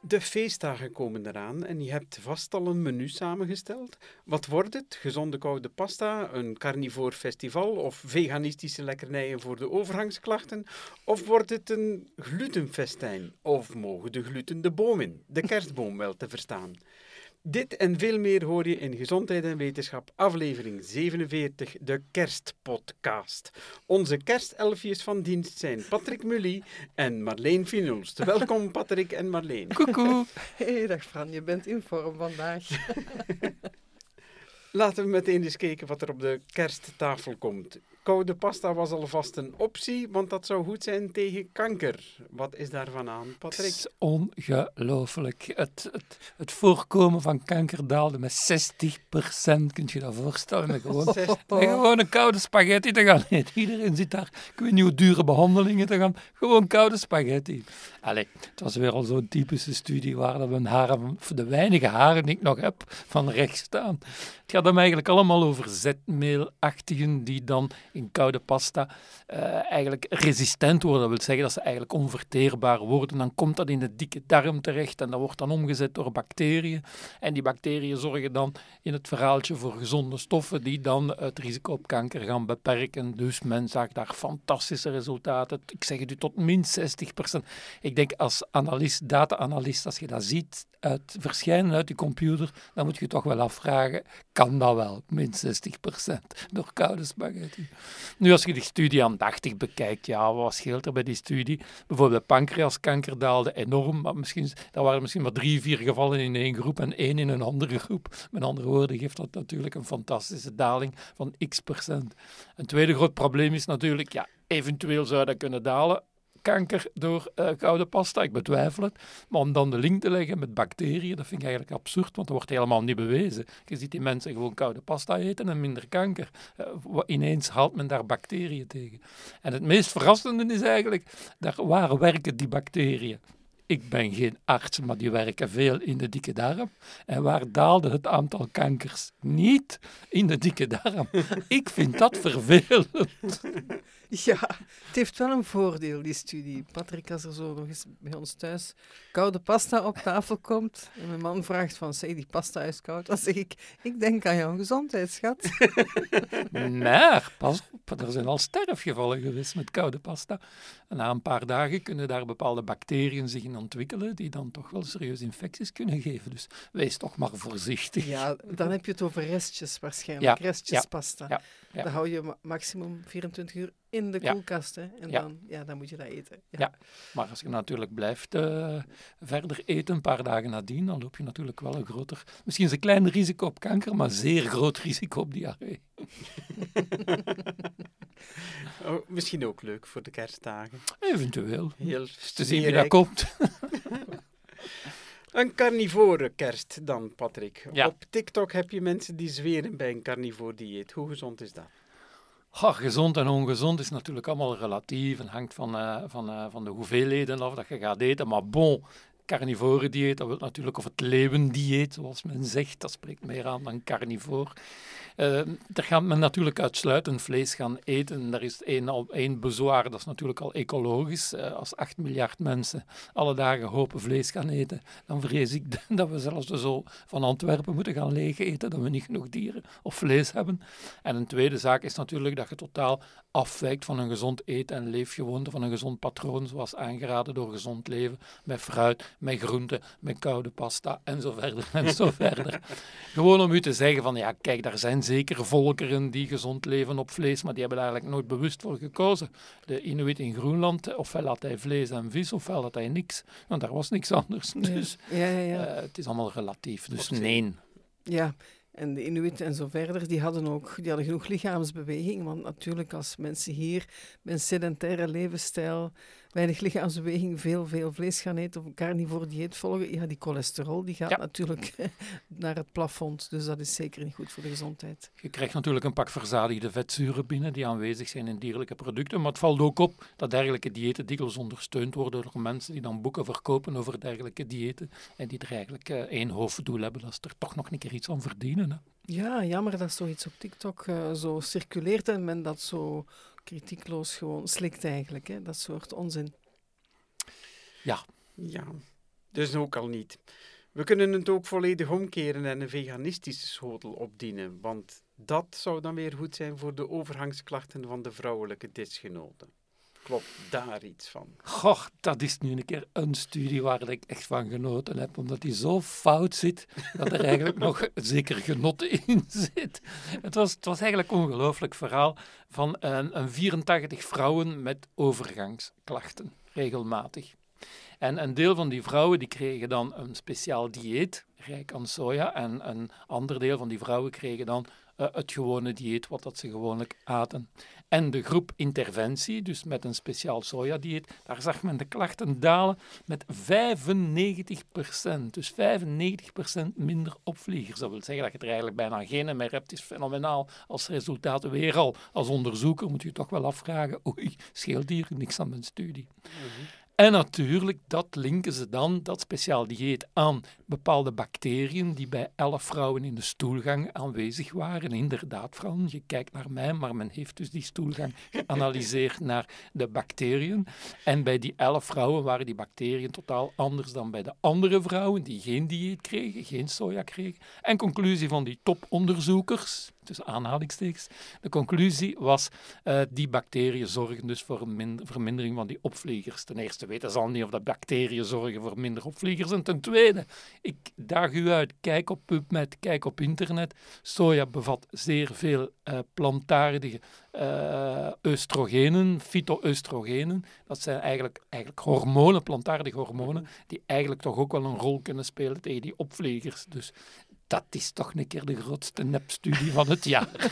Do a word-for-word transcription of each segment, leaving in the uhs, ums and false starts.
De feestdagen komen eraan en je hebt vast al een menu samengesteld. Wat wordt het? Gezonde koude pasta, een carnivoor festival of veganistische lekkernijen voor de overgangsklachten? Of wordt het een glutenfestijn? Of mogen de gluten de boom in, de kerstboom wel te verstaan? Dit en veel meer hoor je in Gezondheid en Wetenschap, aflevering zevenenveertig, de Kerstpodcast. Onze kerstelfjes van dienst zijn Patrick Mully en Marleen Finulst. Welkom Patrick en Marleen. Koekoe. Hey, dag Fran, je bent in vorm vandaag. Laten we meteen eens kijken wat er op de kersttafel komt. Koude pasta was alvast een optie, want dat zou goed zijn tegen kanker. Wat is daarvan aan, Patrick? Het is ongelooflijk. Het, het, het voorkomen van kanker daalde met zestig procent. Kun je dat voorstellen? Met gewoon, met gewoon een koude spaghetti te gaan eten. Iedereen zit daar, ik weet niet hoe dure behandelingen te gaan. Gewoon koude spaghetti. Allee, het was weer al zo'n typische studie waar we een haren, de weinige haren die ik nog heb, van rechts staan. Het gaat hem eigenlijk allemaal over zetmeelachtigen die dan in koude pasta uh, eigenlijk resistent worden. Dat wil zeggen dat ze eigenlijk onverteerbaar worden. Dan komt dat in de dikke darm terecht en dat wordt dan omgezet door bacteriën. En die bacteriën zorgen dan in het verhaaltje voor gezonde stoffen die dan het risico op kanker gaan beperken. Dus men zag daar fantastische resultaten. Ik zeg het u, tot min zestig procent. Ik denk als analist, data-analyst, als je dat ziet uit, verschijnen uit die computer, dan moet je toch wel afvragen, kan dat wel, min zestig procent door koude spaghetti. Nu, als je die studie aandachtig bekijkt, ja, wat scheelt er bij die studie? Bijvoorbeeld pancreaskanker daalde enorm, maar misschien, dat waren misschien maar drie, vier gevallen in één groep en één in een andere groep. Met andere woorden geeft dat natuurlijk een fantastische daling van x procent. Een tweede groot probleem is natuurlijk, ja, eventueel zou dat kunnen dalen, kanker door uh, koude pasta, ik betwijfel het. Maar om dan de link te leggen met bacteriën, dat vind ik eigenlijk absurd, want dat wordt helemaal niet bewezen. Je ziet die mensen gewoon koude pasta eten en minder kanker. Uh, ineens haalt men daar bacteriën tegen. En het meest verrassende is eigenlijk, daar, waar werken die bacteriën? Ik ben geen arts, maar die werken veel in de dikke darm. En waar daalde het aantal kankers? Niet in de dikke darm. Ik vind dat vervelend. Ja, het heeft wel een voordeel, die studie. Patrick, als er zo nog eens bij ons thuis koude pasta op tafel komt en mijn man vraagt van, zeg, die pasta is koud, dan zeg ik, ik denk aan jouw gezondheid, schat. Maar, pas op, er zijn al sterfgevallen geweest met koude pasta. En na een paar dagen kunnen daar bepaalde bacteriën zich in ontwikkelen, die dan toch wel serieuze infecties kunnen geven. Dus wees toch maar voorzichtig. Ja, dan heb je het over restjes waarschijnlijk, ja, restjes ja, pasta. Ja, ja. Dan hou je ma- maximum vierentwintig uur in de Ja. koelkast, hè. En Ja. dan, ja, dan moet je dat eten. Ja. Ja, maar als je natuurlijk blijft uh, verder eten, een paar dagen nadien, dan loop je natuurlijk wel een groter, misschien een klein risico op kanker, maar zeer groot risico op diarree. Oh, misschien ook leuk voor de kerstdagen. Eventueel. Heel te zien wie dat komt. Een carnivore kerst dan, Patrick. Ja. Op TikTok heb je mensen die zweren bij een carnivore dieet. Hoe gezond is dat? Oh, gezond en ongezond is natuurlijk allemaal relatief en hangt van, uh, van, uh, van de hoeveelheden af dat je gaat eten. Maar bon, carnivore dieet, dat wil natuurlijk, of het leeuwendieet, zoals men zegt, dat spreekt meer aan dan carnivoor. Uh, daar gaat men natuurlijk uitsluitend vlees gaan eten. Daar is één, één bezwaar, dat is natuurlijk al ecologisch. Uh, als acht miljard mensen alle dagen hopen vlees gaan eten, dan vrees ik dat we zelfs de zo van Antwerpen moeten gaan leeg eten, dat we niet genoeg dieren of vlees hebben. En een tweede zaak is natuurlijk dat je totaal afwijkt van een gezond eten- en leefgewoonte, van een gezond patroon, zoals aangeraden door gezond leven, met fruit, met groenten, met koude pasta en zo verder en zo verder. Gewoon om u te zeggen van, ja, kijk, daar zijn zeker volkeren die gezond leven op vlees, maar die hebben daar eigenlijk nooit bewust voor gekozen. De Inuit in Groenland, ofwel had hij vlees en vis, ofwel had hij niks. Want daar was niks anders. Dus Ja, ja, ja. uh, het is allemaal relatief. Dus Op nee. Ja, en de Inuit en zo verder, die hadden ook die hadden genoeg lichaamsbeweging. Want natuurlijk, als mensen hier met een sedentaire levensstijl, weinig lichaamsbeweging, veel, veel vlees gaan eten of een carnivore dieet volgen, ja, die cholesterol die gaat Ja. natuurlijk naar het plafond. Dus dat is zeker niet goed voor de gezondheid. Je krijgt natuurlijk een pak verzadigde vetzuren binnen die aanwezig zijn in dierlijke producten. Maar het valt ook op dat dergelijke diëten dikwijls ondersteund worden door mensen die dan boeken verkopen over dergelijke diëten. En die er eigenlijk uh, één hoofddoel hebben, dat is er toch nog een keer iets aan verdienen. Hè? Ja, jammer dat zoiets op TikTok uh, zo circuleert en men dat zo kritiekloos gewoon slikt eigenlijk. Hè? Dat soort onzin. Ja. Ja. Dus ook al niet. We kunnen het ook volledig omkeren en een veganistische schotel opdienen, want dat zou dan weer goed zijn voor de overgangsklachten van de vrouwelijke disgenoten. Klopt daar iets van? Goh, dat is nu een keer een studie waar ik echt van genoten heb, omdat die zo fout zit, dat er eigenlijk nog zeker genot in zit. Het was, het was eigenlijk een ongelooflijk verhaal van een, een vierentachtig vrouwen met overgangsklachten, regelmatig. En een deel van die vrouwen die kregen dan een speciaal dieet, rijk aan soja, en een ander deel van die vrouwen kregen dan uh, het gewone dieet, wat dat ze gewoonlijk aten. En de groep interventie, dus met een speciaal sojadieet, daar zag men de klachten dalen met vijfennegentig procent. Dus vijfennegentig procent minder opvliegers. Dat wil zeggen dat je er eigenlijk bijna geen meer hebt. Het is fenomenaal als resultaat. Weer al als onderzoeker moet je toch wel afvragen, oei, scheelt hier niks aan mijn studie. Mm-hmm. En natuurlijk, dat linken ze dan, dat speciaal dieet, aan bepaalde bacteriën die bij elf vrouwen in de stoelgang aanwezig waren. Inderdaad, vrouwen, je kijkt naar mij, maar men heeft dus die stoelgang geanalyseerd naar de bacteriën. En bij die elf vrouwen waren die bacteriën totaal anders dan bij de andere vrouwen die geen dieet kregen, geen soja kregen. En conclusie van die toponderzoekers, tussen aanhalingstekens, de conclusie was, uh, die bacteriën zorgen dus voor een minder, vermindering van die opvliegers. Ten eerste weten ze al niet of dat bacteriën zorgen voor minder opvliegers. En ten tweede, ik daag u uit, kijk op PubMed, kijk op internet. Soja bevat zeer veel uh, plantaardige uh, oestrogenen, fyto-oestrogenen. Dat zijn eigenlijk, eigenlijk hormonen, plantaardige hormonen, die eigenlijk toch ook wel een rol kunnen spelen tegen die opvliegers. Dus dat is toch een keer de grootste nepstudie van het jaar.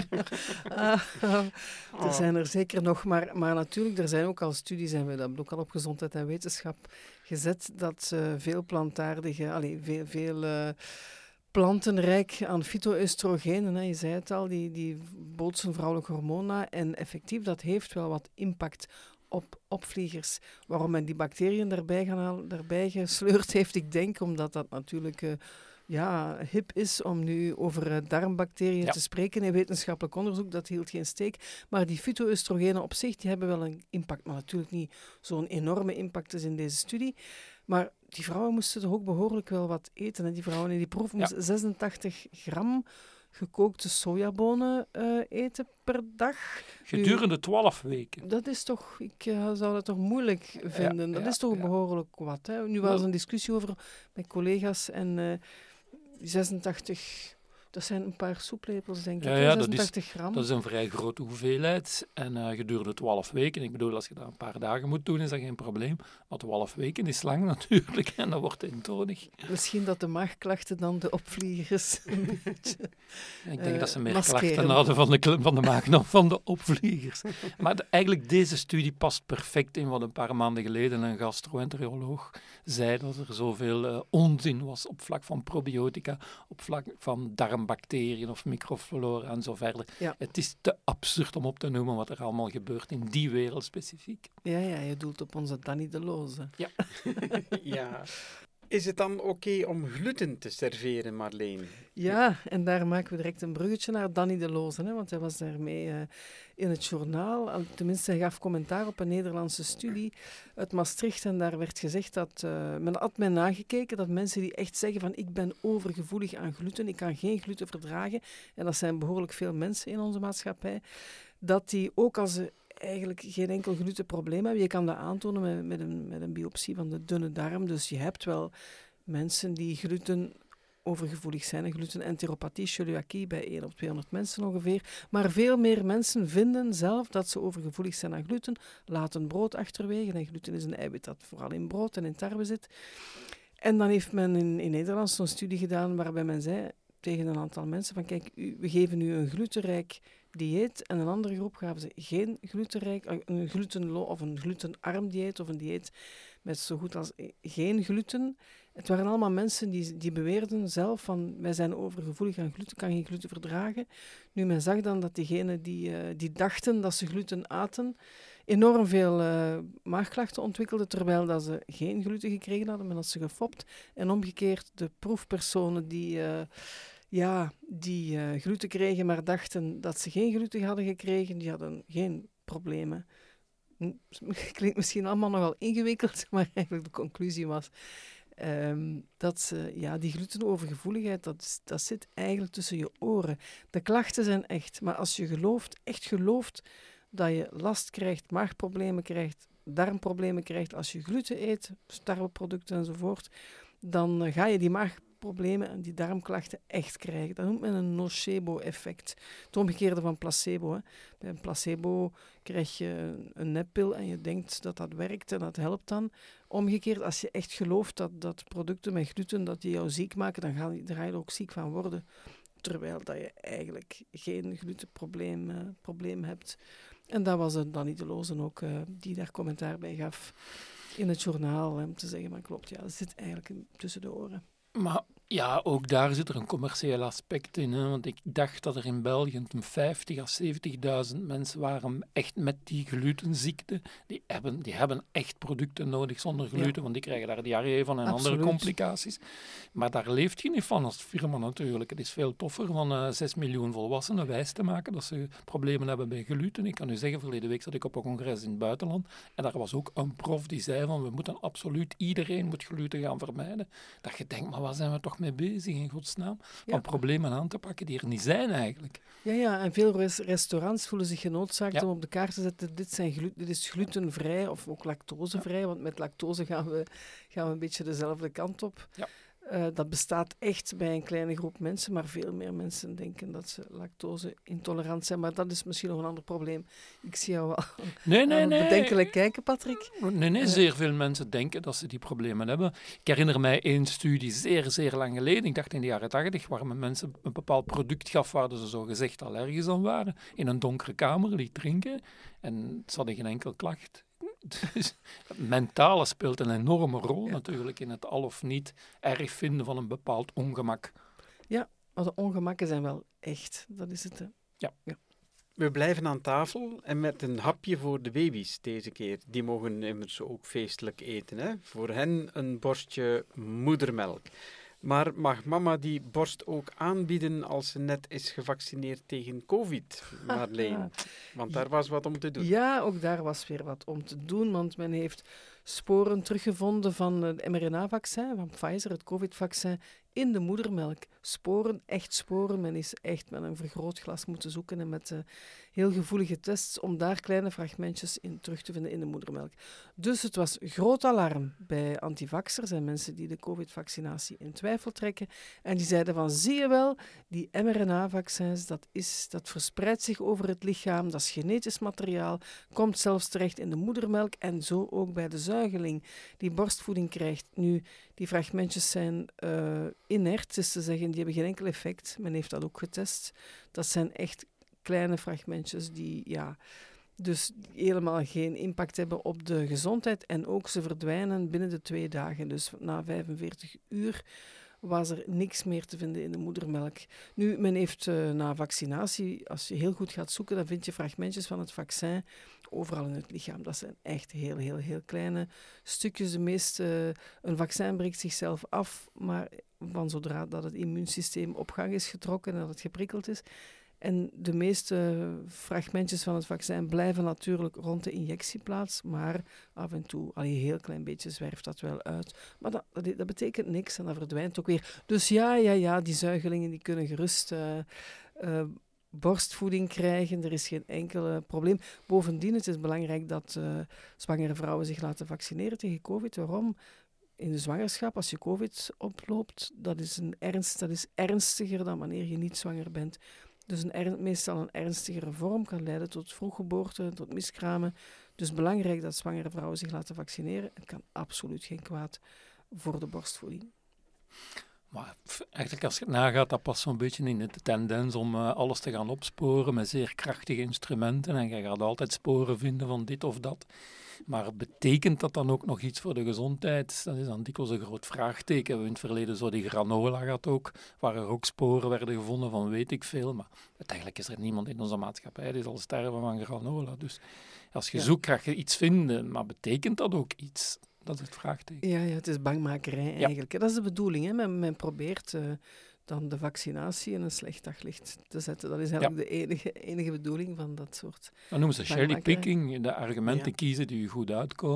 ah, er zijn er zeker nog, maar, maar natuurlijk, er zijn ook al studies, en we hebben ook al op Gezondheid en Wetenschap gezet, dat uh, veel plantaardige, allez, veel, veel uh, plantenrijk aan fyto-oestrogenen, hè, je zei het al, die, die bootsen vrouwelijk hormoon na, en effectief, dat heeft wel wat impact op opvliegers. Waarom men die bacteriën daarbij, gaan halen, daarbij gesleurd heeft, ik denk, omdat dat natuurlijk Uh, ja, hip is om nu over uh, darmbacteriën ja. te spreken in wetenschappelijk onderzoek. Dat hield geen steek. Maar die fyto-oestrogenen op zich, die hebben wel een impact. Maar natuurlijk niet zo'n enorme impact als in deze studie. Maar die vrouwen moesten toch ook behoorlijk wel wat eten. Hè? Die vrouwen in die proef moesten ja. zesentachtig gram gekookte sojabonen uh, eten per dag. Gedurende twaalf weken. Dat is toch, ik uh, zou dat toch moeilijk vinden. Ja, dat ja, is toch ja. behoorlijk wat. Hè? Nu was er een discussie over met collega's en uh, zesentachtig, dat zijn een paar soeplepels, denk ik. Ja, ja, zesentachtig dat is, gram. Dat is een vrij grote hoeveelheid. En uh, gedurende twaalf weken, ik bedoel, als je dat een paar dagen moet doen, is dat geen probleem. Maar twaalf weken is lang natuurlijk en dat wordt eentonig. Misschien dat de maagklachten dan de opvliegers een beetje Ik denk uh, dat ze meer maskeren. klachten hadden van de, van de maag dan van de opvliegers. Maar de, eigenlijk, deze studie past perfect in wat een paar maanden geleden een gastroenteroloog zei, dat er zoveel uh, onzin was op vlak van probiotica, op vlak van darmbacteriën of microflora en zo verder. Ja. Het is te absurd om op te noemen wat er allemaal gebeurt in die wereld specifiek. Ja, ja, je doelt op onze Danny de Loze. Ja. ja. Is het dan oké okay om gluten te serveren, Marleen? Ja, en daar maken we direct een bruggetje naar Danny de Loze, hè, want hij was daarmee uh, in het journaal. Tenminste, hij gaf commentaar op een Nederlandse studie uit Maastricht en daar werd gezegd dat, uh, men had men nagekeken, dat mensen die echt zeggen van ik ben overgevoelig aan gluten, ik kan geen gluten verdragen, en dat zijn behoorlijk veel mensen in onze maatschappij, dat die ook als ze eigenlijk geen enkel glutenprobleem hebben. Je kan dat aantonen met, met, een, met een biopsie van de dunne darm. Dus je hebt wel mensen die gluten overgevoelig zijn. Een glutenenteropathie, celiakie, bij één op tweehonderd mensen ongeveer. Maar veel meer mensen vinden zelf dat ze overgevoelig zijn aan gluten, laten brood achterwege. En gluten is een eiwit dat vooral in brood en in tarwe zit. En dan heeft men in, in Nederland zo'n studie gedaan waarbij men zei tegen een aantal mensen van kijk, u, we geven u een glutenrijk dieet en een andere groep gaven ze geen glutenrijk, een glutenlo of een glutenarm dieet of een dieet met zo goed als geen gluten. Het waren allemaal mensen die, die beweerden zelf van wij zijn overgevoelig aan gluten, kan geen gluten verdragen. Nu, men zag dan dat diegenen die, uh, die dachten dat ze gluten aten, enorm veel uh, maagklachten ontwikkelden, terwijl dat ze geen gluten gekregen hadden, men had ze gefopt. En omgekeerd, de proefpersonen die Uh, Ja, die uh, gluten kregen, maar dachten dat ze geen gluten hadden gekregen, die hadden geen problemen. Klinkt misschien allemaal nogal ingewikkeld, maar eigenlijk de conclusie was, Um, dat ze, ja, die glutenovergevoeligheid, dat, is, dat zit eigenlijk tussen je oren. De klachten zijn echt, maar als je gelooft, echt gelooft dat je last krijgt, maagproblemen krijgt, darmproblemen krijgt als je gluten eet, tarweproducten enzovoort, dan ga je die maagproblemen en die darmklachten echt krijgen. Dat noemt men een nocebo-effect. Het omgekeerde van placebo. Hè. Bij een placebo krijg je een neppil en je denkt dat dat werkt en dat helpt dan. Omgekeerd, als je echt gelooft dat, dat producten met gluten dat die jou ziek maken, dan ga je, dan ga je er ook ziek van worden. Terwijl dat je eigenlijk geen glutenprobleem uh, probleem hebt. En dat was het Danny de Lozen ook, uh, die daar commentaar bij gaf in het journaal. Om te zeggen, maar klopt, ja, dat zit eigenlijk tussen de oren. Maar ja, ook daar zit er een commercieel aspect in. Hè? Want ik dacht dat er in België vijftig à zeventigduizend mensen waren echt met die glutenziekte. Die hebben, die hebben echt producten nodig zonder gluten, ja. Want die krijgen daar diarree van en Absoluut. andere complicaties. Maar daar leeft je niet van als firma natuurlijk. Het is veel toffer van uh, zes miljoen volwassenen wijs te maken dat ze problemen hebben bij gluten. Ik kan u zeggen, verleden week zat ik op een congres in het buitenland en daar was ook een prof die zei van we moeten absoluut, iedereen moet gluten gaan vermijden. Dat je denkt, maar waar zijn we toch mee bezig in godsnaam? Van ja. problemen aan te pakken die er niet zijn eigenlijk. Ja, ja, en veel res- restaurants voelen zich genoodzaakt ja. om op de kaart te zetten, dit, zijn glu- dit is glutenvrij of ook lactosevrij, ja. want met lactose gaan we, gaan we een beetje dezelfde kant op. Ja. Uh, dat bestaat echt bij een kleine groep mensen, maar veel meer mensen denken dat ze lactose-intolerant zijn. Maar dat is misschien nog een ander probleem. Ik zie jou wel nee, nee, nee. bedenkelijk kijken, Patrick. Nee, nee, zeer veel mensen denken dat ze die problemen hebben. Ik herinner mij één studie zeer, zeer lang geleden, ik dacht in de jaren tachtig, waar men mensen een bepaald product gaf waar ze zogezegd allergisch aan waren, in een donkere kamer liet drinken en ze hadden geen enkel klacht. Dus het mentale speelt een enorme rol ja. natuurlijk in het al of niet erg vinden van een bepaald ongemak. Ja, maar de ongemakken zijn wel echt, dat is het. Hè. Ja. ja. We blijven aan tafel en met een hapje voor de baby's deze keer. Die mogen immers ook feestelijk eten. Hè? Voor hen een borstje moedermelk. Maar mag mama die borst ook aanbieden als ze net is gevaccineerd tegen COVID, Marleen? Want daar was wat om te doen. Ja, ook daar was weer wat om te doen, want men heeft sporen teruggevonden van het mRNA-vaccin, van Pfizer, het COVID-vaccin, in de moedermelk. Sporen, echt sporen. Men is echt met een vergrootglas moeten zoeken en met uh, heel gevoelige tests om daar kleine fragmentjes in terug te vinden in de moedermelk. Dus het was groot alarm bij antivaxers en mensen die de COVID-vaccinatie in twijfel trekken. En die zeiden van, zie je wel, die mRNA-vaccins, dat, is, dat verspreidt zich over het lichaam, dat is genetisch materiaal, komt zelfs terecht in de moedermelk en zo ook bij de zuigeling die borstvoeding krijgt. Nu, die fragmentjes zijn uh, inert, is te zeggen, die hebben geen enkel effect. Men heeft dat ook getest. Dat zijn echt kleine fragmentjes die, ja, dus helemaal geen impact hebben op de gezondheid. En ook ze verdwijnen binnen de twee dagen. Dus na vijfenveertig uur was er niks meer te vinden in de moedermelk. Nu, men heeft uh, na vaccinatie, als je heel goed gaat zoeken, dan vind je fragmentjes van het vaccin overal in het lichaam. Dat zijn echt heel, heel, heel kleine stukjes. De meeste, uh, een vaccin breekt zichzelf af, maar van zodra dat het immuunsysteem op gang is getrokken en dat het geprikkeld is. En de meeste fragmentjes van het vaccin blijven natuurlijk rond de injectieplaats, maar af en toe, al een heel klein beetje, zwerft dat wel uit. Maar dat, dat, dat betekent niks en dat verdwijnt ook weer. Dus ja, ja, ja, die zuigelingen die kunnen gerust uh, uh, borstvoeding krijgen. Er is geen enkel probleem. Bovendien, het is belangrijk dat uh, zwangere vrouwen zich laten vaccineren tegen COVID. Waarom? In de zwangerschap, als je COVID oploopt, dat is, een ernst, dat is ernstiger dan wanneer je niet zwanger bent. Dus een er, meestal een ernstigere vorm kan leiden tot vroeggeboorte, tot miskramen. Dus belangrijk dat zwangere vrouwen zich laten vaccineren. Het kan absoluut geen kwaad voor de borstvoeding. Maar eigenlijk als je het nagaat, dat past zo'n beetje in de tendens om uh, alles te gaan opsporen met zeer krachtige instrumenten. En je gaat altijd sporen vinden van dit of dat. Maar betekent dat dan ook nog iets voor de gezondheid? Dat is dan dikwijls een groot vraagteken. We hebben in het verleden zo die granola gehad ook, waar er ook sporen werden gevonden van weet ik veel. Maar uiteindelijk is er niemand in onze maatschappij die zal sterven van granola. Dus als je ja. zoekt, krijg je iets vinden. Maar betekent dat ook iets? Dat is het vraagteken. Ja, ja, het is bangmakerij eigenlijk. Ja. Dat is de bedoeling. Hè? Men, men probeert uh, dan de vaccinatie in een slecht daglicht te zetten. Dat is eigenlijk ja. de enige, enige bedoeling van dat soort. Dan noemen ze cherrypicking, de argumenten ja. kiezen die je goed uitkomen.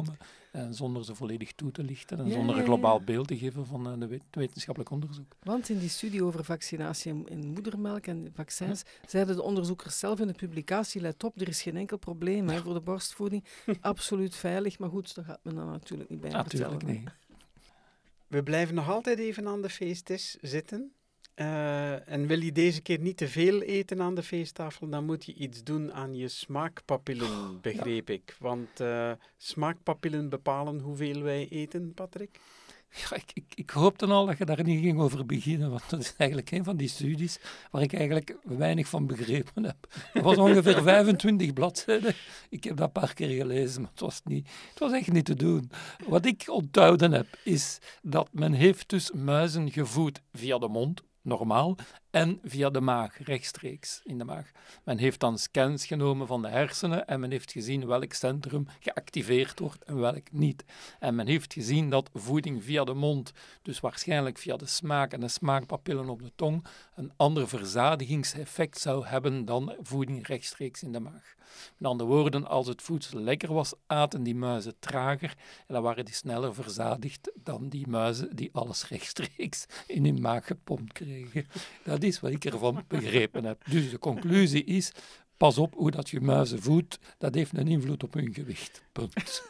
uh, zonder ze volledig toe te lichten en ja, zonder een ja, globaal ja. beeld te geven van uh, de wet- wetenschappelijk onderzoek. Want in die studie over vaccinatie in, in moedermelk en vaccins, ja. zeiden de onderzoekers zelf in de publicatie, let op, er is geen enkel probleem hè, voor de borstvoeding, absoluut veilig, maar goed, daar gaat men dan natuurlijk niet bij Natuurlijk vertellen. niet. We blijven nog altijd even aan de feestjes zitten. Uh, en wil je deze keer niet te veel eten aan de feesttafel, dan moet je iets doen aan je smaakpapillen, begreep ja. ik. Want uh, smaakpapillen bepalen hoeveel wij eten, Patrick? Ja, ik, ik, ik hoopte al dat je daar niet ging over beginnen, want dat is eigenlijk een van die studies waar ik eigenlijk weinig van begrepen heb. Het was ongeveer vijfentwintig bladzijden. Ik heb dat een paar keer gelezen, maar het was, niet, het was echt niet te doen. Wat ik onthouden heb, is dat men heeft dus muizen gevoed via de mond, normaal, en via de maag, rechtstreeks in de maag. Men heeft dan scans genomen van de hersenen en men heeft gezien welk centrum geactiveerd wordt en welk niet. En men heeft gezien dat voeding via de mond, dus waarschijnlijk via de smaak en de smaakpapillen op de tong, een ander verzadigingseffect zou hebben dan voeding rechtstreeks in de maag. Met andere woorden, als het voedsel lekker was, aten die muizen trager en dan waren die sneller verzadigd dan die muizen die alles rechtstreeks in hun maag gepompt kregen. Dat is wat ik ervan begrepen heb. Dus de conclusie is, pas op hoe dat je muizen voedt, dat heeft een invloed op hun gewicht. Punt.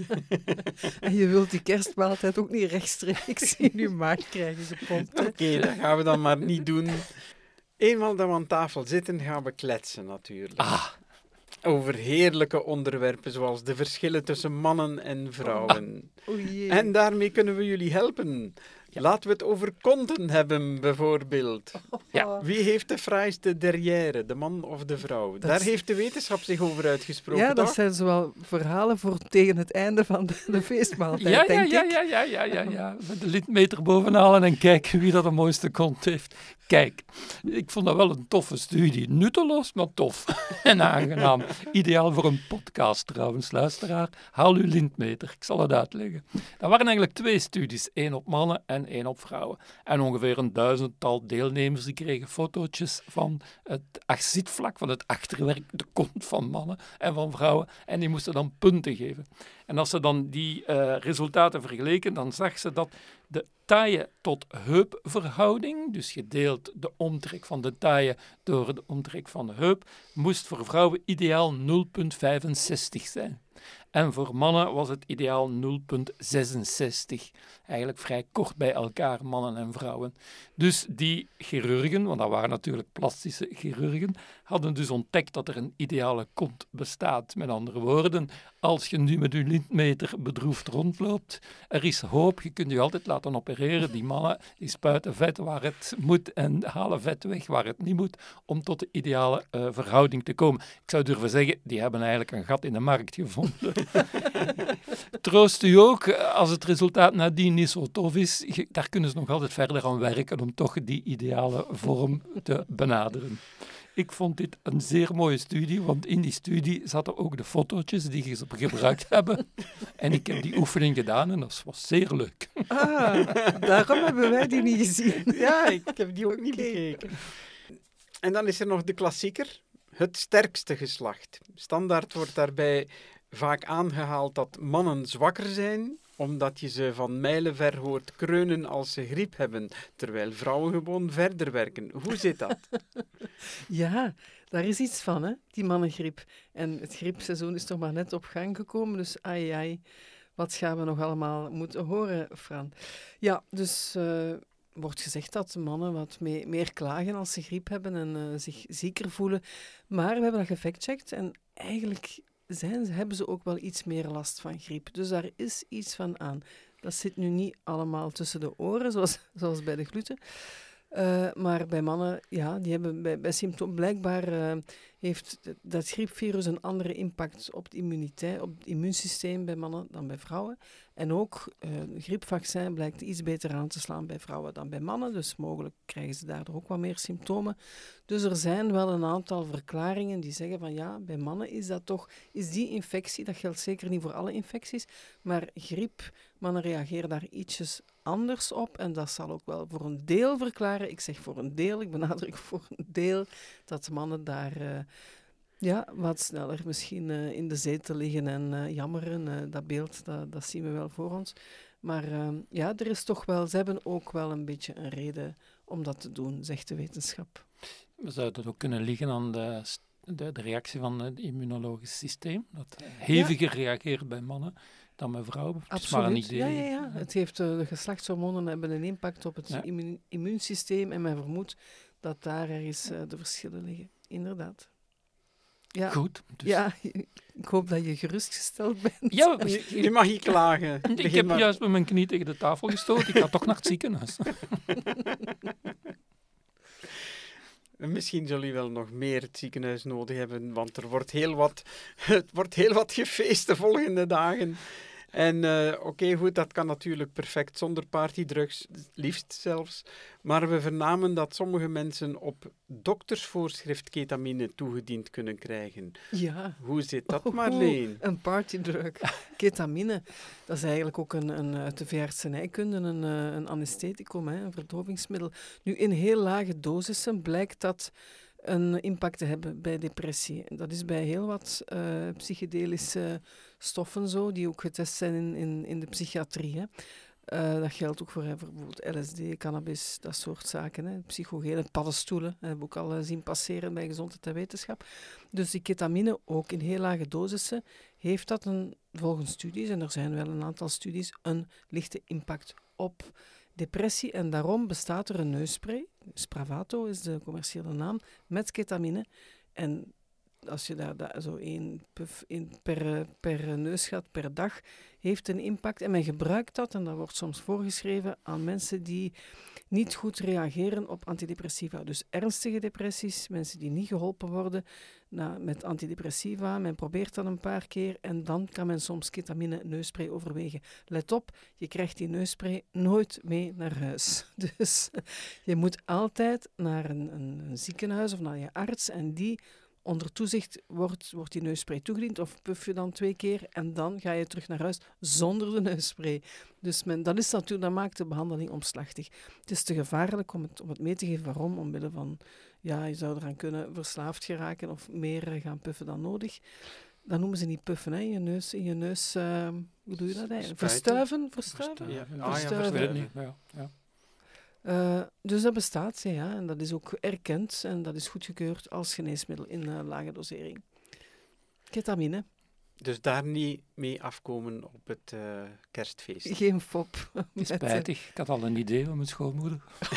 En je wilt die kerstmaaltijd ook niet rechtstreeks in je maag krijgen gepompt. Oké, okay, dat gaan we dan maar niet doen. Eenmaal dat we aan tafel zitten, gaan we kletsen natuurlijk. Ah. Over heerlijke onderwerpen, zoals de verschillen tussen mannen en vrouwen. Oh, oh en daarmee kunnen we jullie helpen. Ja. Laten we het over konten hebben, bijvoorbeeld. Ja. Wie heeft de fraaiste derrière, de man of de vrouw? Dat Daar is... heeft de wetenschap zich over uitgesproken, Ja, dat toch? zijn zowel verhalen voor tegen het einde van de, de feestmaaltijd, ja, denk ja, ik. Ja, ja, ja, ja, ja. De litmeter bovenhalen en kijken wie dat de mooiste kont heeft. Kijk, ik vond dat wel een toffe studie. Nutteloos, maar tof. En aangenaam. Ideaal voor een podcast trouwens, luisteraar. Haal uw lintmeter, ik zal het uitleggen. Er waren eigenlijk twee studies, één op mannen en één op vrouwen. En ongeveer een duizendtal deelnemers die kregen fotootjes van het zitvlak, van het achterwerk, de kont van mannen en van vrouwen. En die moesten dan punten geven. En als ze dan die uh, resultaten vergeleken, dan zag ze dat de taille tot heupverhouding, dus gedeeld de omtrek van de taille door de omtrek van de heup, moest voor vrouwen ideaal nul komma vijfenzestig zijn. En voor mannen was het ideaal nul komma zesenzestig. Eigenlijk vrij kort bij elkaar, mannen en vrouwen. Dus die chirurgen, want dat waren natuurlijk plastische chirurgen, hadden dus ontdekt dat er een ideale kont bestaat. Met andere woorden, als je nu met je lintmeter bedroefd rondloopt, er is hoop, je kunt je altijd laten opereren. Die mannen die spuiten vet waar het moet en halen vet weg waar het niet moet, om tot de ideale uh, verhouding te komen. Ik zou durven zeggen, die hebben eigenlijk een gat in de markt gevonden. Troost u ook, als het resultaat nadien niet zo tof is, je, daar kunnen ze nog altijd verder aan werken om toch die ideale vorm te benaderen. Ik vond dit een zeer mooie studie, want in die studie zaten ook de fotootjes die ze gebruikt hebben. En ik heb die oefening gedaan en dat was zeer leuk. Ah, daarom hebben wij die niet gezien. Ja, ik heb die ook niet bekeken. En dan is er nog de klassieker, het sterkste geslacht. Standaard wordt daarbij vaak aangehaald dat mannen zwakker zijn, omdat je ze van mijlenver hoort kreunen als ze griep hebben, terwijl vrouwen gewoon verder werken. Hoe zit dat? Ja, daar is iets van, hè, die mannengriep. En het griepseizoen is toch maar net op gang gekomen, dus ai ai, wat gaan we nog allemaal moeten horen, Fran? Ja, dus uh, wordt gezegd dat mannen wat mee, meer klagen als ze griep hebben en uh, zich zieker voelen. Maar we hebben dat gefactcheckt en eigenlijk zijn, hebben ze ook wel iets meer last van griep. Dus daar is iets van aan. Dat zit nu niet allemaal tussen de oren, zoals, zoals bij de gluten. Uh, maar bij mannen, ja, die hebben bij, bij symptomen, blijkbaar uh, heeft dat griepvirus een andere impact op de immuniteit, op het immuunsysteem bij mannen dan bij vrouwen. En ook uh, griepvaccin blijkt iets beter aan te slaan bij vrouwen dan bij mannen, dus mogelijk krijgen ze daardoor ook wat meer symptomen. Dus er zijn wel een aantal verklaringen die zeggen van ja, bij mannen is dat toch, is die infectie, dat geldt zeker niet voor alle infecties, maar griep, mannen reageren daar ietsjes anders op en dat zal ook wel voor een deel verklaren, ik zeg voor een deel, ik benadruk voor een deel, dat mannen daar uh, Ja, wat sneller misschien uh, in de zetel liggen en uh, jammeren. Uh, dat beeld, dat, dat zien we wel voor ons. Maar uh, ja, er is toch wel, ze hebben ook wel een beetje een reden om dat te doen, zegt de wetenschap. Zou dat ook kunnen liggen aan de, de, de reactie van het immunologisch systeem? Dat heviger ja. reageert bij mannen dan bij vrouwen? Het Absoluut. is maar een idee. Ja, ja, ja. Het heeft, uh, de geslachtshormonen hebben een impact op het ja. immu- immuunsysteem en men vermoedt dat daar ergens uh, de verschillen liggen. Inderdaad. Ja. Goed. Dus. Ja, ik hoop dat je gerustgesteld bent. Ja, je, je mag niet klagen. Ik heb maar... juist met mijn knie tegen de tafel gestoten. Ik ga toch naar het ziekenhuis. Misschien zullen jullie wel nog meer het ziekenhuis nodig hebben, want er wordt heel wat, het wordt heel wat gefeest de volgende dagen. En uh, oké, okay, goed, dat kan natuurlijk perfect zonder partydrugs, liefst zelfs. Maar we vernamen dat sommige mensen op doktersvoorschrift ketamine toegediend kunnen krijgen. Ja. Hoe zit dat, Marleen? Oh, een partydrug. Ketamine, dat is eigenlijk ook een, een, uit de veeartsenijkunde een, een anestheticum, hè, een verdovingsmiddel. Nu, in heel lage dosissen blijkt dat een impact te hebben bij depressie. En dat is bij heel wat uh, psychedelische stoffen zo, die ook getest zijn in, in, in de psychiatrie. Hè. Uh, dat geldt ook voor, hè, voor bijvoorbeeld L S D, cannabis, dat soort zaken. Hè. Psychogene, paddenstoelen, dat hebben we ook al uh, zien passeren bij gezondheid en wetenschap. Dus die ketamine, ook in heel lage dosissen, heeft dat een, volgens studies, en er zijn wel een aantal studies, een lichte impact op depressie. En daarom bestaat er een neusspray, Spravato is de commerciële naam, met ketamine. En als je daar, daar zo één puff in per, per neus gaat per dag, heeft een impact. En men gebruikt dat, en dat wordt soms voorgeschreven aan mensen die niet goed reageren op antidepressiva. Dus ernstige depressies, mensen die niet geholpen worden nou, met antidepressiva. Men probeert dat een paar keer en dan kan men soms ketamine neusspray overwegen. Let op, je krijgt die neusspray nooit mee naar huis. Dus je moet altijd naar een, een, een ziekenhuis of naar je arts en die onder toezicht wordt, wordt die neusspray toegediend of puff je dan twee keer en dan ga je terug naar huis zonder de neusspray. Dus men, dat, is natuurlijk, dat maakt de behandeling omslachtig. Het is te gevaarlijk om het, om het mee te geven. Waarom? Omwille van, ja, je zou eraan kunnen verslaafd geraken of meer gaan puffen dan nodig. Dat noemen ze niet puffen, hè, in je neus. In je neus uh, hoe doe je dat eigenlijk? Verstuiven? Verstuiven? Ja, verstuiven. Ah, ja, verstuiven. Niet. Ja, ja. Uh, dus dat bestaat, ja, en dat is ook erkend en dat is goedgekeurd als geneesmiddel in uh, lage dosering. Ketamine. Dus daar niet mee afkomen op het uh, kerstfeest? Geen fop. Spijtig, ik had al een idee van mijn schoonmoeder.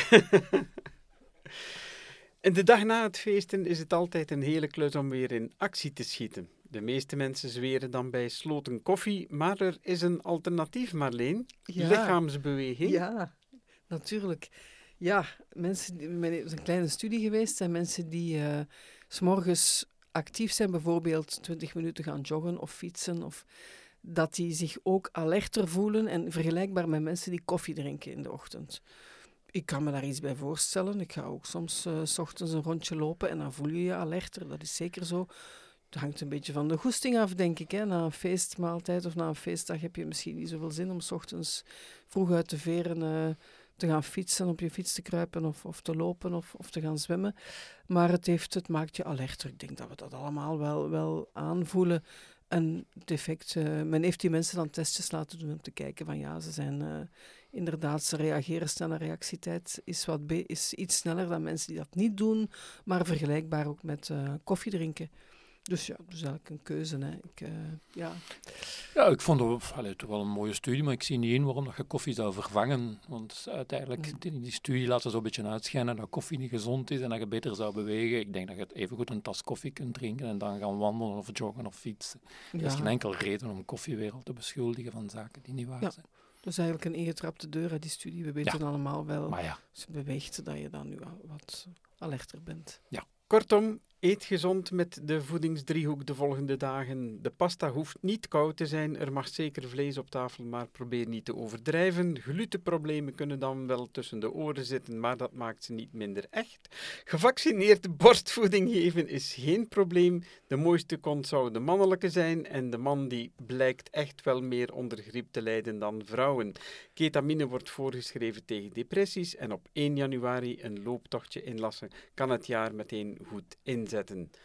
En de dag na het feesten is het altijd een hele klus om weer in actie te schieten. De meeste mensen zweren dan bij sloten koffie, maar er is een alternatief, Marleen. Ja. Lichaamsbeweging. Ja. Natuurlijk. Ja, mensen, er is een kleine studie geweest en mensen die uh, 's morgens actief zijn, bijvoorbeeld twintig minuten gaan joggen of fietsen, of dat die zich ook alerter voelen en vergelijkbaar met mensen die koffie drinken in de ochtend. Ik kan me daar iets bij voorstellen. Ik ga ook soms uh, 's ochtends een rondje lopen en dan voel je je alerter. Dat is zeker zo. Het hangt een beetje van de goesting af, denk ik. Hè. Na een feestmaaltijd of na een feestdag heb je misschien niet zoveel zin om 's ochtends vroeg uit de veren uh, te gaan fietsen, op je fiets te kruipen of, of te lopen of, of te gaan zwemmen. Maar het, heeft, het maakt je alerter. Ik denk dat we dat allemaal wel, wel aanvoelen. En het effect, uh, men heeft die mensen dan testjes laten doen om te kijken van ja, ze zijn uh, inderdaad, ze reageren snel. Reactietijd is, wat be- is iets sneller dan mensen die dat niet doen, maar vergelijkbaar ook met uh, koffie drinken. Dus ja, dus eigenlijk een keuze. Hè. Ik, uh, ja. ja, ik vond het allee, toch wel een mooie studie, maar ik zie niet in waarom dat je koffie zou vervangen. Want uiteindelijk, mm. in die studie laten ze zo'n beetje uitschijnen dat koffie niet gezond is en dat je beter zou bewegen. Ik denk dat je het evengoed een tas koffie kunt drinken en dan gaan wandelen of joggen of fietsen. Ja. Er is geen enkel reden om koffiewereld te beschuldigen van zaken die niet waar ja. zijn. Dat is eigenlijk een ingetrapte deur uit die studie. We weten ja. allemaal wel, maar ja. als je beweegt, dat je dan nu wat alerter bent. Ja. Kortom, eet gezond met de voedingsdriehoek de volgende dagen. De pasta hoeft niet koud te zijn, er mag zeker vlees op tafel, maar probeer niet te overdrijven. Glutenproblemen kunnen dan wel tussen de oren zitten, maar dat maakt ze niet minder echt. Gevaccineerde borstvoeding geven is geen probleem. De mooiste kont zou de mannelijke zijn en de man die blijkt echt wel meer onder griep te lijden dan vrouwen. Ketamine wordt voorgeschreven tegen depressies en op één januari een looptochtje inlassen kan het jaar meteen goed inzetten.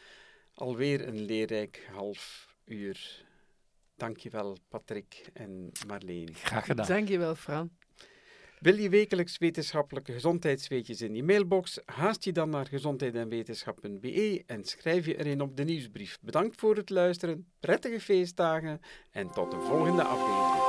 Alweer een leerrijk half uur. Dankjewel, Patrick en Marleen. Graag gedaan. Dankjewel, Fran. Wil je wekelijks wetenschappelijke gezondheidsweetjes in je mailbox? Haast je dan naar gezondheid en wetenschap punt b e en schrijf je erin op de nieuwsbrief. Bedankt voor het luisteren, prettige feestdagen en tot de volgende aflevering.